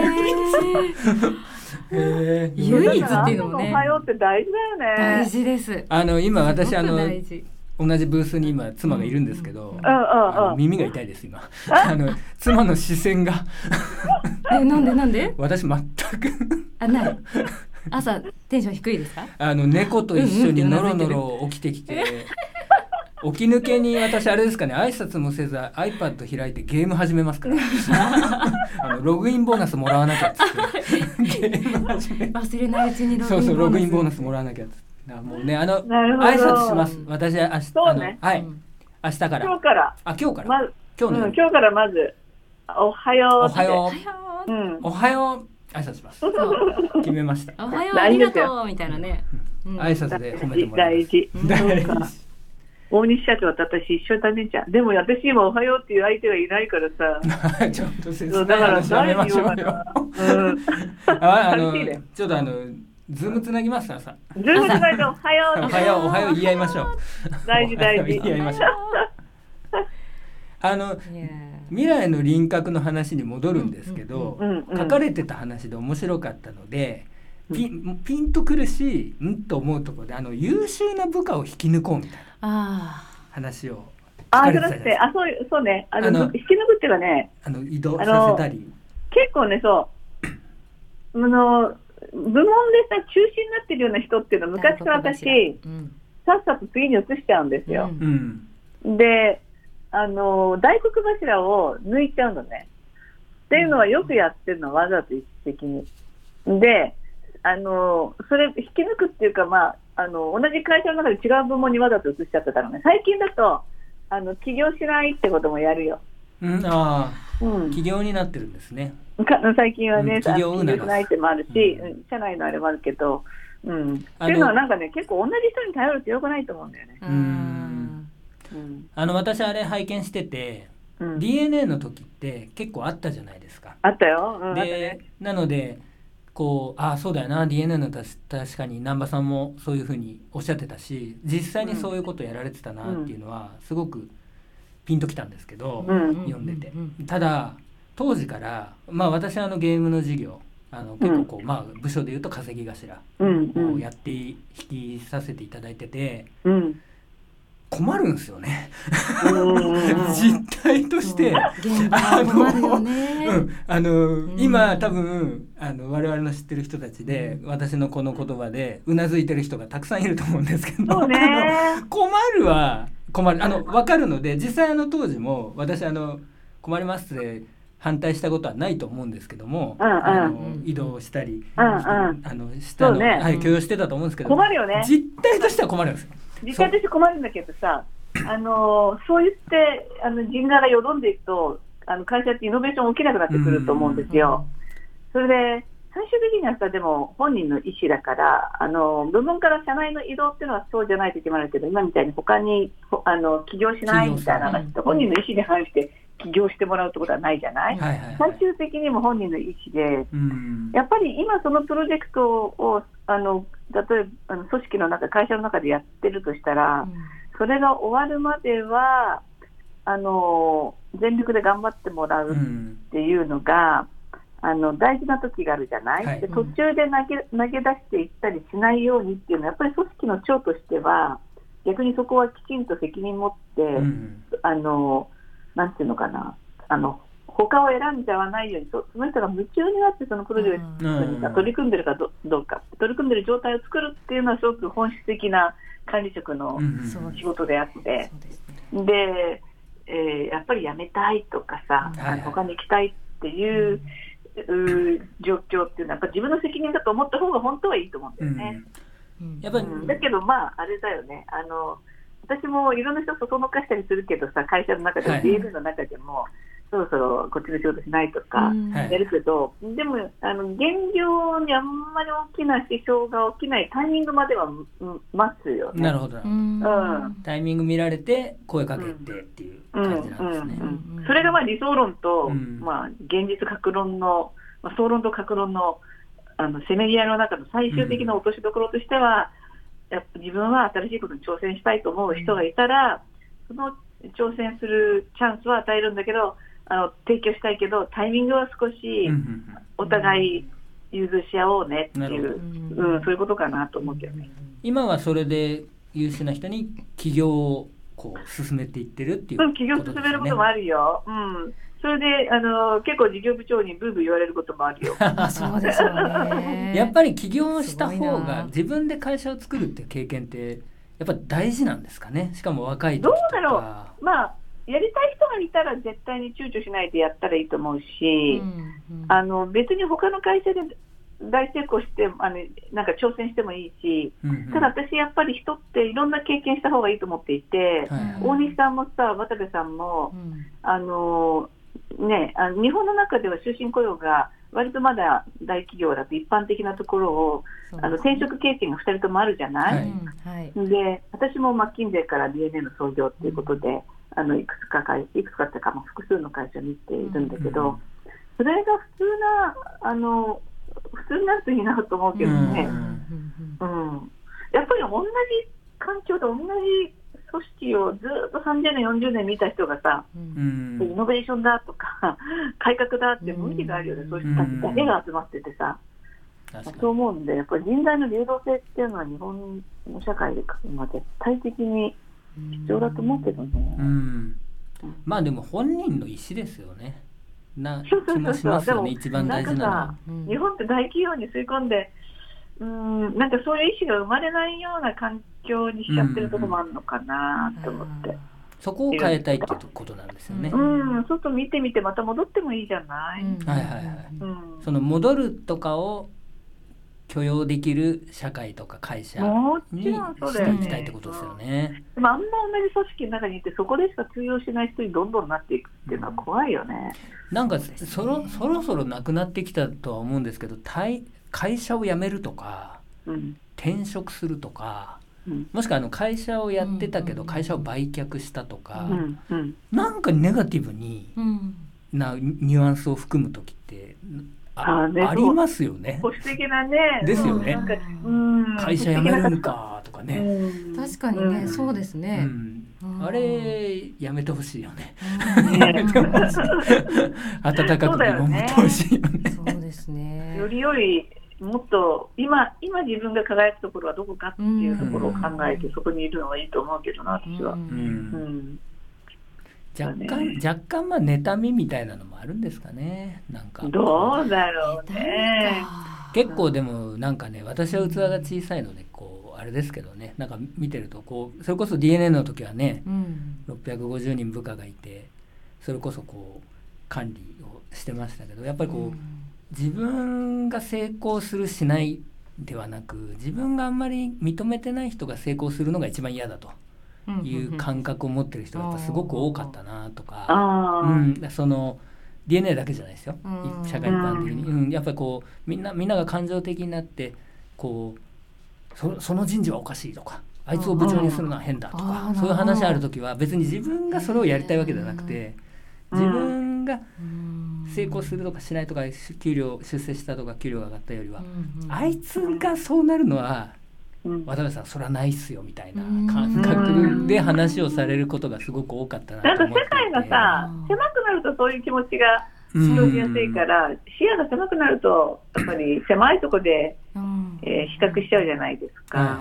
唯一っていうのもね。 おはようって大事だよね。 大事です。 今私同じブースに今妻がいるんですけど、耳が痛いです今。妻の視線がなんで私全くない朝テンション低いですか。 猫と一緒にノロノロ起きてきて、起き抜けに私あれですかね、挨拶もせず iPad 開いてゲーム始めますからログインボーナスもらわなきゃっつってゲーム始め、 忘れないうちにログインボーナスもらわなきゃっつってもうねなるほど。 挨拶します。私は明日、 そうねはい、明日から。 今日から。 今日から。 まず、 今日の、 今日からまず、おはようって。 おはよう。おはよう。挨拶します。決めました。 おはよう、ありがとうみたいなね。 挨拶で褒めてもらいます。 大事。大西社長と私一緒だねじゃん。でも私今おはようっていう相手がいないからさ。 ちょっと切ない話やめましょうよ。ちょっとズームつなぎますからさ。 ズームつないでおはよう。 おはよう言い合いましょう。 大事。 言い合いましょう。未来の輪郭の話に戻るんですけど、書かれてた話で面白かったので。ピンとくるし、と思うところで優秀な部下を引き抜こうみたいな話を聞かれてたじゃないですか。 そうね。引き抜くっていうかね、 移動させたり。 結構ね、部門でさ中心になってるような人っていうのは昔から私、さっさと次に移しちゃうんですよ。で、大黒柱を抜いちゃうのね。っていうのはよくやってるの、わざと意識的に。でそれ引き抜くっていうか、同じ会社の中で違う部門にわざと移しちゃってたのね。最近だと起業しないってこともやるよ。 起業になってるんですね。 最近はね、 起業しないってもあるし、社内のあれもあるけど、っていうのはなんかね、結構同じ人に頼るってよくないと思うんだよね。 私あれ拝見してて、DNA の時って結構あったじゃないですか。 あったよ。 なのでそうだよな、 DNA の確かに南波さんもそういうふうにおっしゃってたし、実際にそういうことやられてたなっていうのはすごくピンときたんですけど、読んでて。ただ当時から私はゲームの事業結構部署でいうと稼ぎ頭をやって引きさせていただいてて、困るんですよね。実態として今多分我々の知ってる人たちで私のこの言葉でうなずいてる人がたくさんいると思うんですけど、困る分かるので、実際当時も私困りますって反対したことはないと思うんですけども、移動したり許容してたと思うんですけど、 困るよね。 実態としては困るんですよ。 実際として困るんだけどさ、そう言って人材がよどんでいくと会社ってイノベーション起きなくなってくると思うんですよ。それで最終的にはさ、でも本人の意思だから部門から社内の移動っていうのはそうじゃないと決まるけど、今みたいに他に起業しないみたいな話と本人の意思に反して起業してもらうってことはないじゃない。最終的にも本人の意思で、やっぱり今そのプロジェクトを例えば組織の中、会社の中でやってるとしたら、それが終わるまでは全力で頑張ってもらうっていうのが、大事な時があるじゃない、で途中で投げ出していったりしないようにっていうのはやっぱり組織の長としては逆にそこはきちんと責任持って、なんていうのかな、他を選んじゃわないように、その人が夢中になってそのプロジェクトに取り組んでるかどうか、取り組んでる状態を作るっていうのはすごく本質的な管理職の仕事であって、で、やっぱり辞めたいとかさ、他に行きたいっていう状況っていうのはやっぱ自分の責任だと思った方が本当はいいと思うんだよね。やっぱりだけどあれだよね、私もいろんな人そそのかしたりするけどさ、会社の中で DL の中でもそろそろこっちの仕事しないとかやるけど、でも現状にあんまり大きな支障が起きないタイミングまでは待つよね。 なるほど、タイミング見られて声かけてっていう感じなんですね。 それが理想論と、現実確論の、総論と確論のせめぎ合いの中の最終的な落としどころとしては、やっぱ自分は新しいことに挑戦したいと思う人がいたら、その挑戦するチャンスは与えるんだけど、提供したいけどタイミングは少しお互い融通し合おうねっていう、そういうことかなと思うけどね。 今はそれで優秀な人に起業を進めていってるっていうことですね。 起業進めることもあるよ。それで結構事業部長にブーブー言われることもあるよ。 そうですよね。 やっぱり起業した方が自分で会社を作るっていう経験ってやっぱ大事なんですかね。しかも若い時とか。 どうだろう。やりたい人がいたら絶対に躊躇しないでやったらいいと思うし、別に他の会社で大成功してなんか挑戦してもいいし、ただ私やっぱり人っていろんな経験した方がいいと思っていて、大西さんもさ渡部さんも、日本の中では終身雇用が割とまだ大企業だと一般的なところを、転職経験が2人ともあるじゃない、で私もマッキンゼーから DNA の創業ということで、いくつかっていうか、複数の会社に行っているんだけど、それが普通になるといいなと思うけどね、やっぱり同じ環境で同じ組織をずっと30年40年見た人がさ、イノベーションだとか改革だって無理があるよね、そういう人たちだけが集まっててさ、そう思うんで、やっぱり人材の流動性っていうのは日本の社会で絶対的に必要だと思うけどね。 まあでも本人の意思ですよね。な気もしますよね。一番大事なのは、 日本って大企業に吸い込んで、なんかそういう意思が生まれないような環境にしちゃってるところもあるのかなと思って、 そこを変えたいっていうことなんですよね。 外見てみてまた戻ってもいいじゃない。その戻るとかを許容できる社会とか会社にしていきたいってことですよね。 でもあんま同じ組織の中にいてそこでしか通用しない人にどんどんなっていくっていうのは怖いよね。 なんかそろそろなくなってきたとは思うんですけど、会社を辞めるとか、転職するとか、もしくは会社をやってたけど会社を売却したとか、なんかネガティブになニュアンスを含む時ってありますよね。 保守的なね。 ですよね。会社辞めるんかとかね。 確かにね、そうですね。 あれやめてほしいよね。温かく見守ってほしいよね。 そうですね。 よりもっと今自分が輝くところはどこかっていうところを考えてそこにいるのがいいと思うけどな、私は。 若干妬みみたいなのもあるんですかね。なんかどうだろうね。 結構でもなんかね、私は器が小さいのであれですけどね、なんか見てるとそれこそ DNA の時はね、650人部下がいて、それこそ管理をしてましたけど、やっぱり自分が成功するしないではなく、自分があんまり認めてない人が成功するのが一番嫌だという感覚を持ってる人がやっぱすごく多かったなとか、その DNA だけじゃないですよ、社会一般的に、やっぱりみんなが感情的になってその人事はおかしいとか、あいつを部長にするのは変だとか、そういう話あるときは別に自分がそれをやりたいわけじゃなくて、自分が成功するとかしないとか、出世したとか給料が上がったよりは、あいつがそうなるのは渡辺さんそれはないっすよみたいな感覚で話をされることがすごく多かったなと思っていて、 なんか世界がさ狭くなるとそういう気持ちが生じやすいから、視野が狭くなるとやっぱり狭いところで比較しちゃうじゃないですか。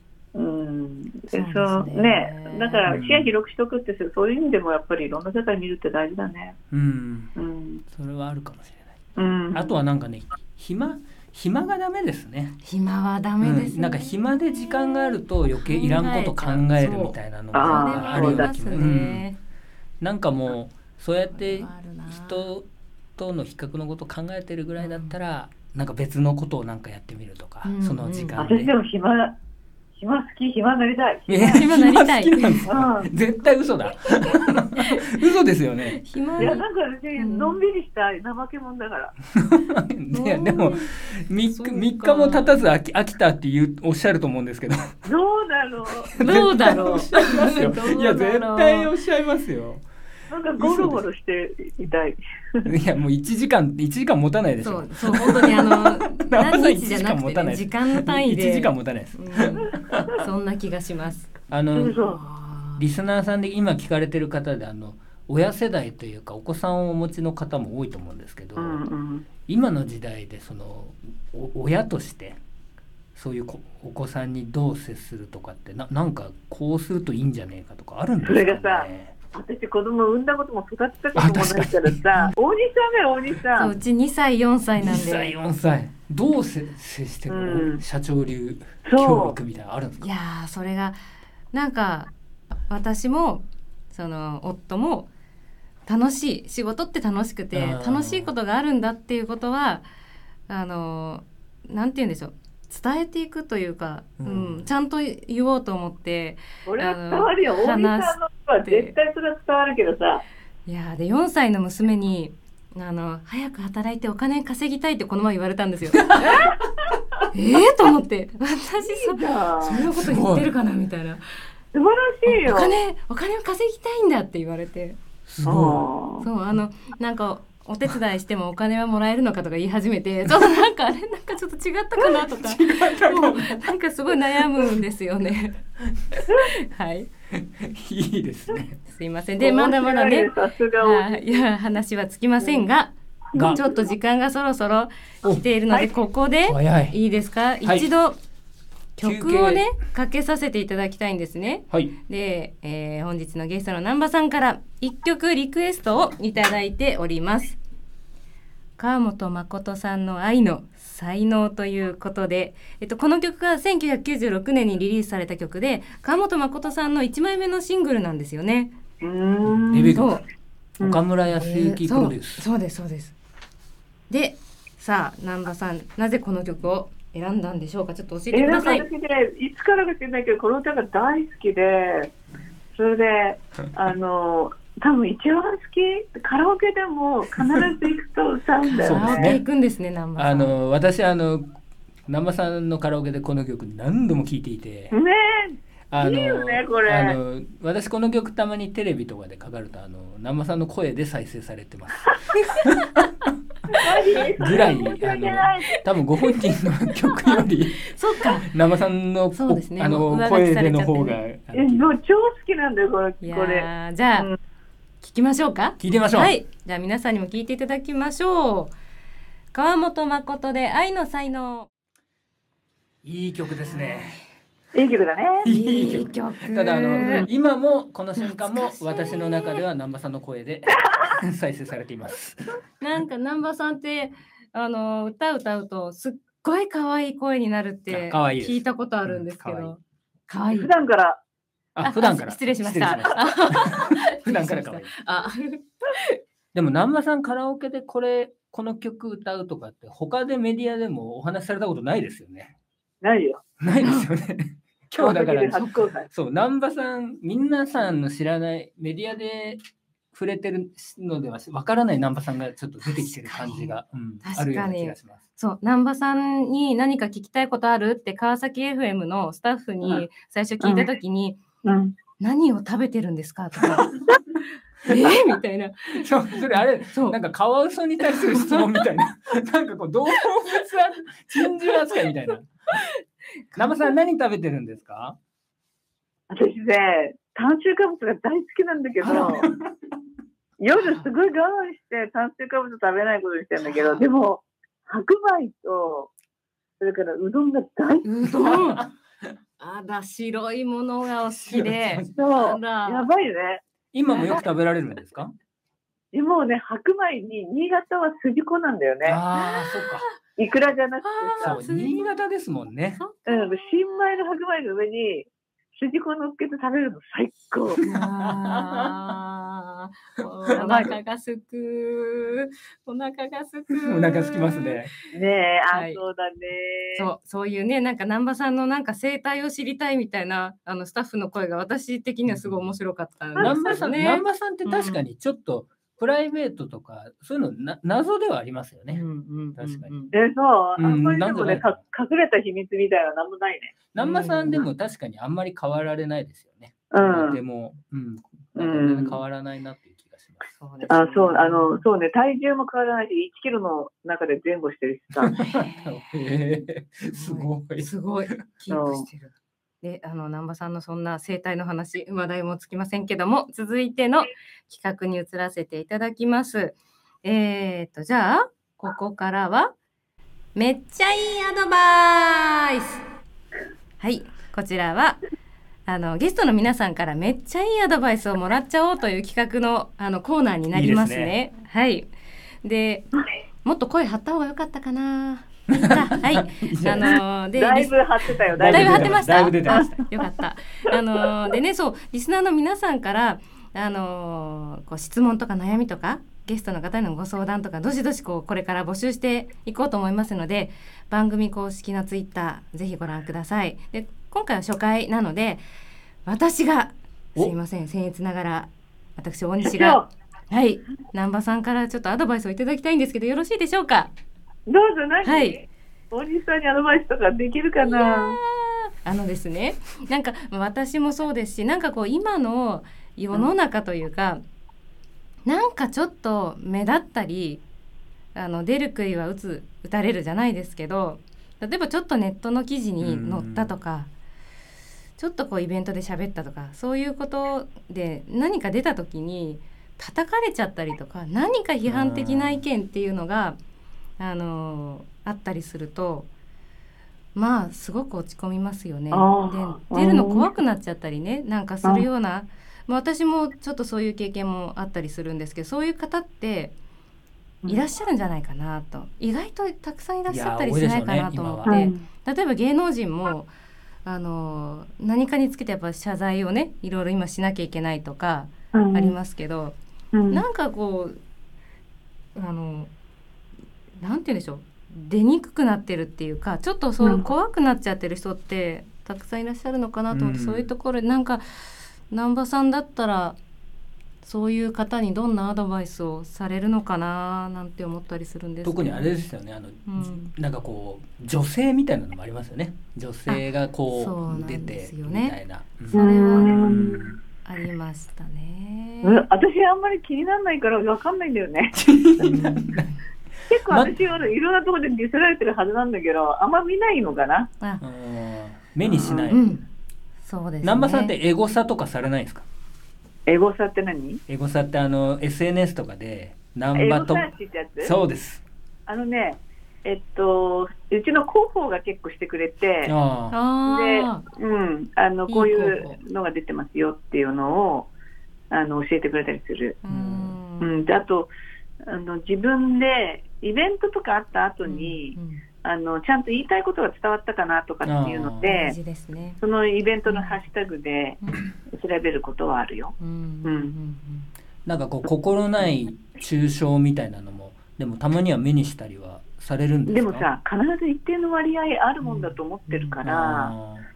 だから視野広くしとくって、そういう意味でもやっぱりいろんな世界見るって大事だね。 それはあるかもしれない。あとはなんかね、暇がダメですね。 暇はダメですね。 なんか暇で時間があると余計いらんこと考えるみたいなのがあるような気も、なんかもうそうやって人との比較のことを考えてるぐらいだったら、なんか別のことをなんかやってみるとか、その時間で。 私でも暇なりたい。 暇なりたい。 暇好きなんですか？絶対嘘だ。嘘ですよね。 いや、なんかのんびりした怠け者だから。 でも3日も経たず飽きたっておっしゃると思うんですけど。 どうだろう。 おっしゃいますよ。いや絶対おっしゃいますよ。 なんかゴロゴロしていたい。 いやもう1時間持たないでしょ。 そう本当に何日じゃなくて、時間の単位で 1時間持たないです。 そんな気がします。 リスナーさんで今聞かれてる方で親世代というかお子さんをお持ちの方も多いと思うんですけど、今の時代で親としてそういうお子さんにどう接するとかってなんかこうするといいんじゃねえかとかあるんですかね。 それがさ、私子供産んだことも育てたこともないからさ、大西さん。 うち2歳4歳なんで。 2歳4歳どう接してる、社長流教育みたいなのあるんですか？ いやそれがなんか私も夫も楽しい仕事って楽しくて楽しいことがあるんだっていうことはなんて言うんでしょう、伝えていくというか、ちゃんと言おうと思って、 これは伝わるよ。大木さんの人は絶対それは伝わるけどさ。 いやで4歳の娘に早く働いてお金稼ぎたいってこの前言われたんですよ。と思って私そんなこと言ってるかなみたいな。 素晴らしいよ。 お金を稼ぎたいんだって言われて、そうなんかお手伝いしてもお金はもらえるのかとか言い始めて、ちょっとなんかちょっと違ったかなとかなんかすごい悩むんですよね。はいいいですね。 すいません。でまだまだね、いや話はつきませんが、ちょっと時間がそろそろ来ているので、ここでいいですか、一度曲をねかけさせていただきたいんですね。で、本日のゲストの南波さんから1曲リクエストをいただいております。川本誠さんの愛の才能ということで、この曲が1996年にリリースされた曲で、川本誠さんの1枚目のシングルなんですよね。 デビュー曲、岡村康之プロデュース。 そうですそうです。でさあ南波さん、なぜこの曲を選んだんでしょうか。ちょっと教えてください。 私ね、いつからか知らないけどこの歌が大好きで、それで多分一番好き、カラオケでも必ず行くと歌うんだよね。 カラオケ行くんですね、南波さん。 私南波さんのカラオケでこの曲何度も聴いていて、 いいよねこれ。 私この曲たまにテレビとかでかかると南波さんの声で再生されてますぐらい多分ご本人の曲より南波さんの、声での方がもう超好きなんだよこれ。 じゃあ、聞きましょうか。 聞いてみましょう。 はい、じゃあ皆さんにも聞いていただきましょう。川本誠で愛の才能。 いい曲ですね。 いい曲だね。 いい曲。 ただ今もこの瞬間も私の中では南波さんの声で再生されています。 なんか南波さんって歌うとすっごい可愛い声になるって聞いたことあるんですけど、可愛い。 普段から失礼しました。 普段から可愛い。でも南波さんカラオケでこの曲歌うとかって他でメディアでもお話しされたことないですよね。 ないよ。 ないですよね。今日だからそう南波さん、皆さんの知らないメディアで触れてるのではわからない南波さんがちょっと出てきてる感じが、あるような気がします。 そう、南波さんに何か聞きたいことあるって川崎 FM のスタッフに最初聞いたときに、何を食べてるんですかとかみたいな。 それあれなんかカワウソに対する質問みたいななんかこう動物珍獣扱いみたいな。南波さん何食べてるんですか？ 私ね、炭水化物が大好きなんだけど夜すごい我慢して炭水化物食べないことにしてるんだけど、でも白米とそれからうどんが大好き。 うどん白いものがお好きで。 そうやばいよね。 今もよく食べられるんですか？ もうね、白米に新潟は筋子なんだよね。 そうか。 いくらじゃなくてさ、 新潟ですもんね。 新米の白米の上に筋子乗っけて食べるの最高。 お腹がすく。お腹すきますね。 ねえ、そうだね。 そういうね、なんか南波さんのなんか生態を知りたいみたいなスタッフの声が私的にはすごい面白かったんですよね。 南波さんって確かにちょっとプライベートとかそういうの謎ではありますよね。確かに。 そう。あんまりでもね、隠れた秘密みたいなのなんもないね。 南波さんでも確かにあんまり変わられないですよね。でも、全然変わらないなっていう気がします。 そうね、体重も変わらないし、1キロの中で前後してるしさ。 すごい。 キープしてる。で南波さんのそんな生態の話話題もつきませんけども、続いての企画に移らせていただきます。じゃあここからはめっちゃいいアドバイス。はい、こちらはゲストの皆さんからめっちゃいいアドバイスをもらっちゃおうという企画のコーナーになりますね。はい。でもっと声張った方が良かったかな。はい。 だいぶ張ってたよ。 だいぶ張ってました。よかった。でね、そうリスナーの皆さんからこう質問とか悩みとかゲストの方へのご相談とかどしどしこれから募集していこうと思いますので、番組公式のツイッターぜひご覧ください。で今回は初回なので私がすいません僭越ながら私大西がはい南波さんからちょっとアドバイスをいただきたいんですけどよろしいでしょうか。 どうぞ何、 はい、 大西さんにアドバイスとかできるかな。 ですね、なんか私もそうですし、なんかこう今の世の中というか、なんかちょっと目立ったり出る杭は打たれるじゃないですけど、例えばちょっとネットの記事に載ったとか、ちょっとこうイベントで喋ったとか、そういうことで何か出た時に叩かれちゃったりとか、何か批判的な意見っていうのがあったりすると、まあすごく落ち込みますよね。で出るの怖くなっちゃったりね、なんかするような、私もちょっとそういう経験もあったりするんですけど、そういう方っていらっしゃるんじゃないかなと、意外とたくさんいらっしゃったりしないかなと思って、例えば芸能人も何かにつけてやっぱ謝罪をねいろいろ今しなきゃいけないとかありますけど、なんかこうなんて言うんでしょう、出にくくなってるっていうか、ちょっとそう怖くなっちゃってる人ってたくさんいらっしゃるのかなと思って、そういうところでなんか南波さんだったらそういう方にどんなアドバイスをされるのかななんて思ったりするんですけど、 特にあれですよね、なんかこう女性みたいなのもありますよね。女性がこう出てみたいな、 それはありましたね。 私あんまり気にならないから分かんないんだよね。結構私はいろんなところでディスられてるはずなんだけど、あんま見ないのかな。 目にしない。 そうですね。 南波さんってエゴサとかされないんですか？ エゴサって何？ エゴサってSNS とかで南波と、 エゴサーチってやつ？ そうです。 うちの広報が結構してくれて、で、こういうのが出てますよっていうのを教えてくれたりする。で、あと自分でイベントとかあった後に、ちゃんと言いたいことが伝わったかなとかっていうので、そのイベントのハッシュタグで調べることはあるよ。 なんかこう心ない抽象みたいなのもでもたまには目にしたりはされるんですか？ でもさ、必ず一定の割合あるもんだと思ってるから、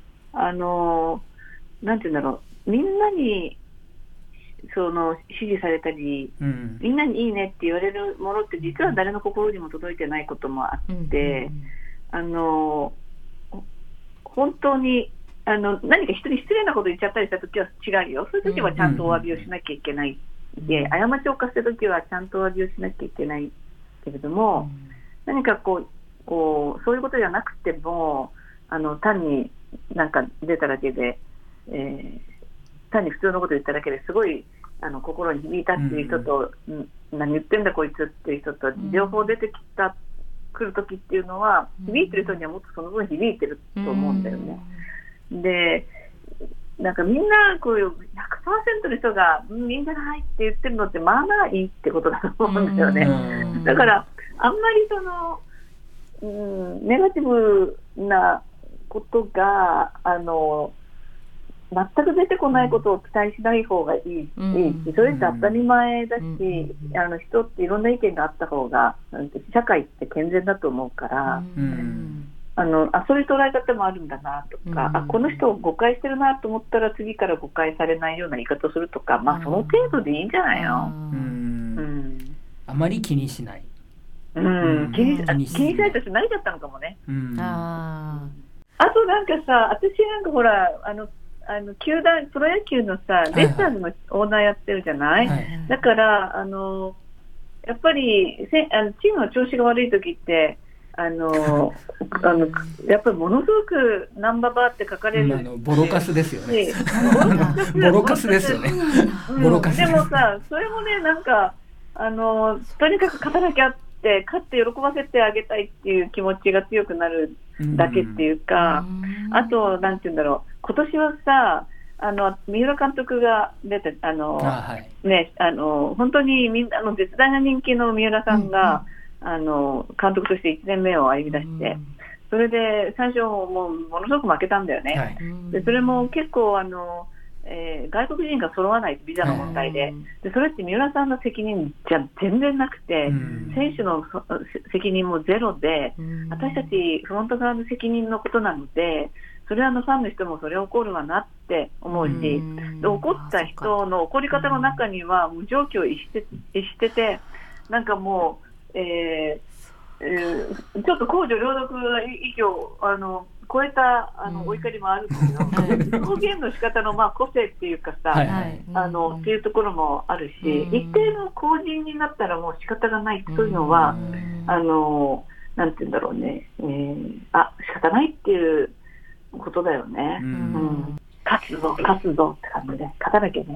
なんていうんだろう、みんなに支持されたり、みんなにいいねって言われるものって実は誰の心にも届いてないこともあって、本当に何か人に失礼なこと言っちゃったりしたときは違うよ。そういうときはちゃんとお詫びをしなきゃいけない。で、過ちを犯したときはちゃんとお詫びをしなきゃいけないけれども、何かそういうことじゃなくても単になんか出ただけで、単に普通のこと言っただけですごい心に響いたっていう人と、何言ってんだこいつっていう人と両方出てくる時っていうのは、響いてる人にはもっとその分響いてると思うんだよね。で、なんかみんなこういう 100% の人がいいんじゃないって言ってるのってまあまあいいってことだと思うんだよね。だからあんまりネガティブなことが全く出てこないことを期待しない方がいいし、それって当たり前だし、人っていろんな意見があった方が社会って健全だと思うから、そういう捉え方もあるんだなとか、この人を誤解してるなと思ったら次から誤解されないような言い方をするとか、その程度でいいんじゃないの？ あまり気にしない。 気にしないとして慣れちゃったのかもね。あとなんかさ、私なんかほら球団プロ野球のさ、レッサーズのオーナーやってるじゃない？だからやっぱりチームの調子が悪い時ってやっぱりものすごくナンババーって書かれる、 ボロカスですよね。ボロカスですよね。 でもさ、それもね、なんかとにかく勝たなきゃって勝って喜ばせてあげたいっていう気持ちが強くなるだけっていうか、あとなんていうんだろう、今年はさ三浦監督が出て本当にみんな絶大な人気の三浦さんが、監督として1年目を歩み出して、それで最初もうものすごく負けたんだよね。でそれも結構外国人が揃わないビザの問題で、それって三浦さんの責任じゃ全然なくて、選手の責任もゼロで、私たちフロント側の責任のことなので、それはファンの人もそれは怒るわなって思うし、で怒った人の怒り方の中にはもう常軌を逸してて、なんかもう、ちょっと公序良俗以上超えたお怒りもあるけど、表現の仕方の個性っていうかさ、っていうところもあるし、一定の公人になったらもう仕方がないというのは、なんて言うんだろうね、仕方ないっていうことだよね。勝つぞって感じで勝たなきゃね。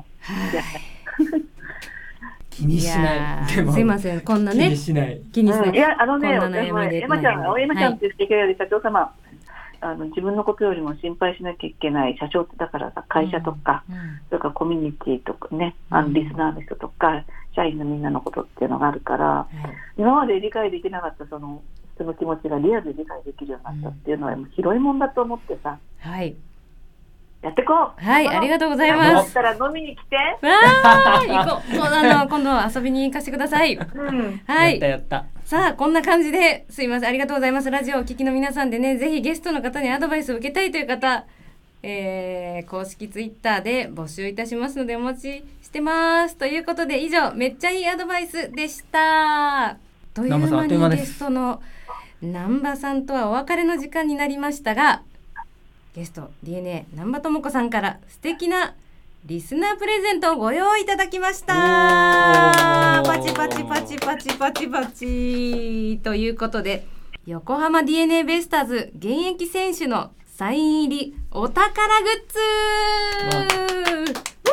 気にしない。 すいません、こんなね。気にしない。 いやエマちゃんって言ってくれる社長様、自分のことよりも心配しなきゃいけない社長だからさ、会社とか、それからコミュニティとかね、リスナーの人とか社員のみんなのことっていうのがあるから、今まで理解できなかったその人の気持ちがリアルで理解できるようになったっていうのは広いもんだと思ってさ、やってこう。 はい、ありがとうございます。 だったら飲みに来て。 行こう。今度遊びに行かせてください。はい。 やった。 さあ、こんな感じで、すいません、ありがとうございます。ラジオをお聞きの皆さんでね、ぜひゲストの方にアドバイスを受けたいという方、公式ツイッターで募集いたしますのでお待ちしてます。ということで、以上、めっちゃいいアドバイスでした。という間にゲストの南波さんとはお別れの時間になりましたが、ゲスト DNA 南波智子さんから素敵なリスナープレゼントをご用意いただきました。パチパチパチパチパチパチということで、横浜 DNA ベイスターズ現役選手のサイン入りお宝グッズ。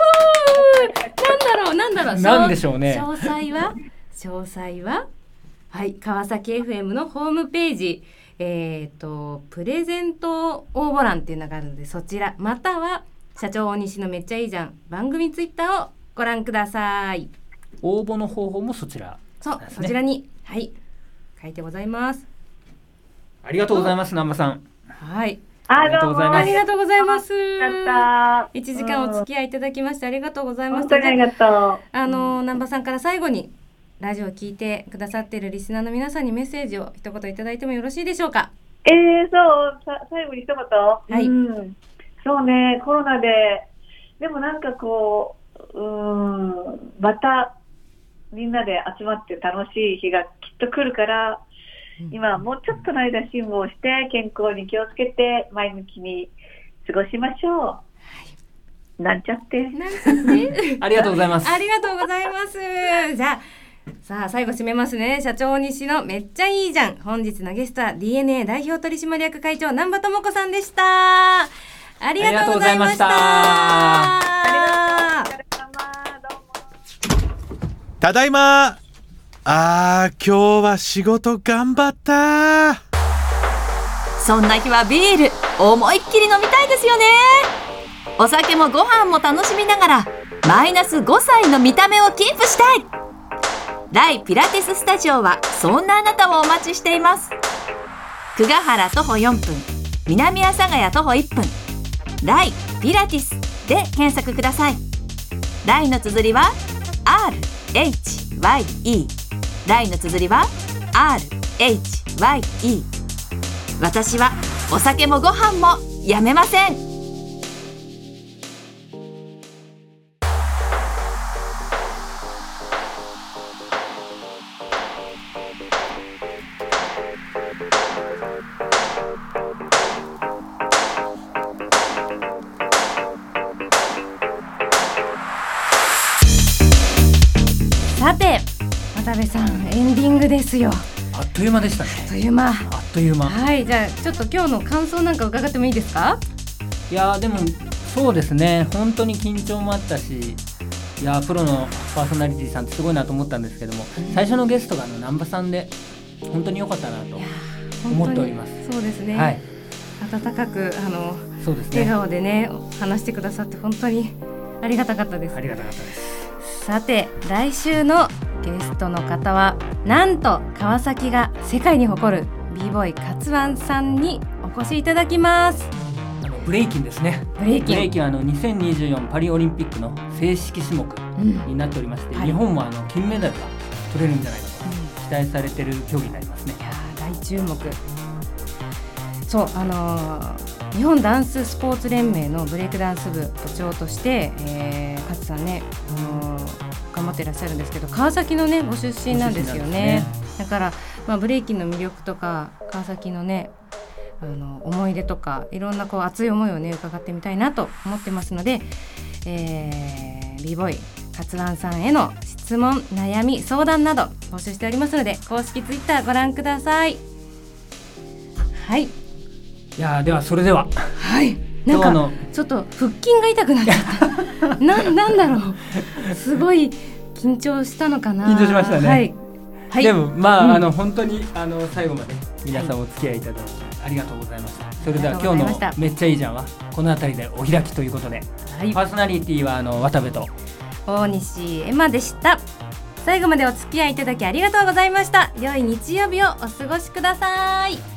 なんだろうなんでしょうね。 詳細ははい、川崎 FM のホームページ、プレゼント応募欄っていうのがあるので、そちらまたは社長大西のめっちゃいいじゃん番組ツイッターをご覧ください。 応募の方法もそちら、 そちらに書いてございます。 ありがとうございます。南波さん、 はい、 ありがとうございます。 ありがとうございます。 1 時間お付き合いいただきましてありがとうございました。 本当にありがとう。 南波さんから最後にラジオを聞いてくださっているリスナーの皆さんにメッセージを一言いただいてもよろしいでしょうか。 最後に一言、そうね、コロナででもなんかこう、またみんなで集まって楽しい日がきっと来るから、今もうちょっとの間辛抱して健康に気をつけて前向きに過ごしましょう。なんちゃってありがとうございます。 ありがとうございます。じゃあさあ最後締めますね。社長西のめっちゃいいじゃん。本日のゲストは DNA 代表取締役会長南波智子さんでした。ありがとうございました。 ただいま。今日は仕事頑張った。 そんな日はビール思いっきり飲みたいですよね。お酒もご飯も楽しみながらマイナス5歳の見た目をキープしたい。ライピラティススタジオはそんなあなたをお待ちしています。久が原徒歩4分、南阿佐ヶ谷徒歩1分、ライピラティスで検索ください。ライの綴りは RHYE、 ライの綴りは RHYE。 私はお酒もご飯もやめません。 さて渡部さん、エンディングですよ。 あっという間でしたね。 あっという間。はい、じゃあちょっと今日の感想なんか伺ってもいいですか。 いやでもそうですね、本当に緊張もあったし、いやプロのパーソナリティさんってすごいなと思ったんですけども、最初のゲストが南波さんで本当に良かったなと思っております。 そうですね、温かくそうですね、 笑顔でね話してくださって本当にありがたかったです。 ありがたかったです。 さて来週のゲストの方はなんと川崎が世界に誇る b ボーイカツワンさんにお越しいただきます。 ブレイキンですね。 ブレイキン。 は2024パリオリンピックの正式種目になっておりまして、日本も金メダルが取れるんじゃないかと期待されている競技になりますね。 いや大注目。そう日本ダンススポーツ連盟のブレイクダンス部部長として、勝さんね、頑張っていらっしゃるんですけど、川崎のねご出身なんですよね。だから、ブレイキンの魅力とか川崎のね思い出とかいろんな熱い思いをね伺ってみたいなと思ってますので、b ボーイ勝ワンさんへの質問悩み相談など募集しておりますので、公式ツイッターご覧ください。はい。 いやではそれでは、 はい、なんかちょっと腹筋が痛くなっちゃったなんだろう、すごい緊張したのかな。 緊張しましたね。 はいはい、 でも本当に最後まで皆さんお付き合いいただきありがとうございました。それでは今日のめっちゃいいじゃんはこの辺りでお開きということで、パーソナリティは渡部と大西エマでした。最後までお付き合いいただきありがとうございました。良い日曜日をお過ごしください。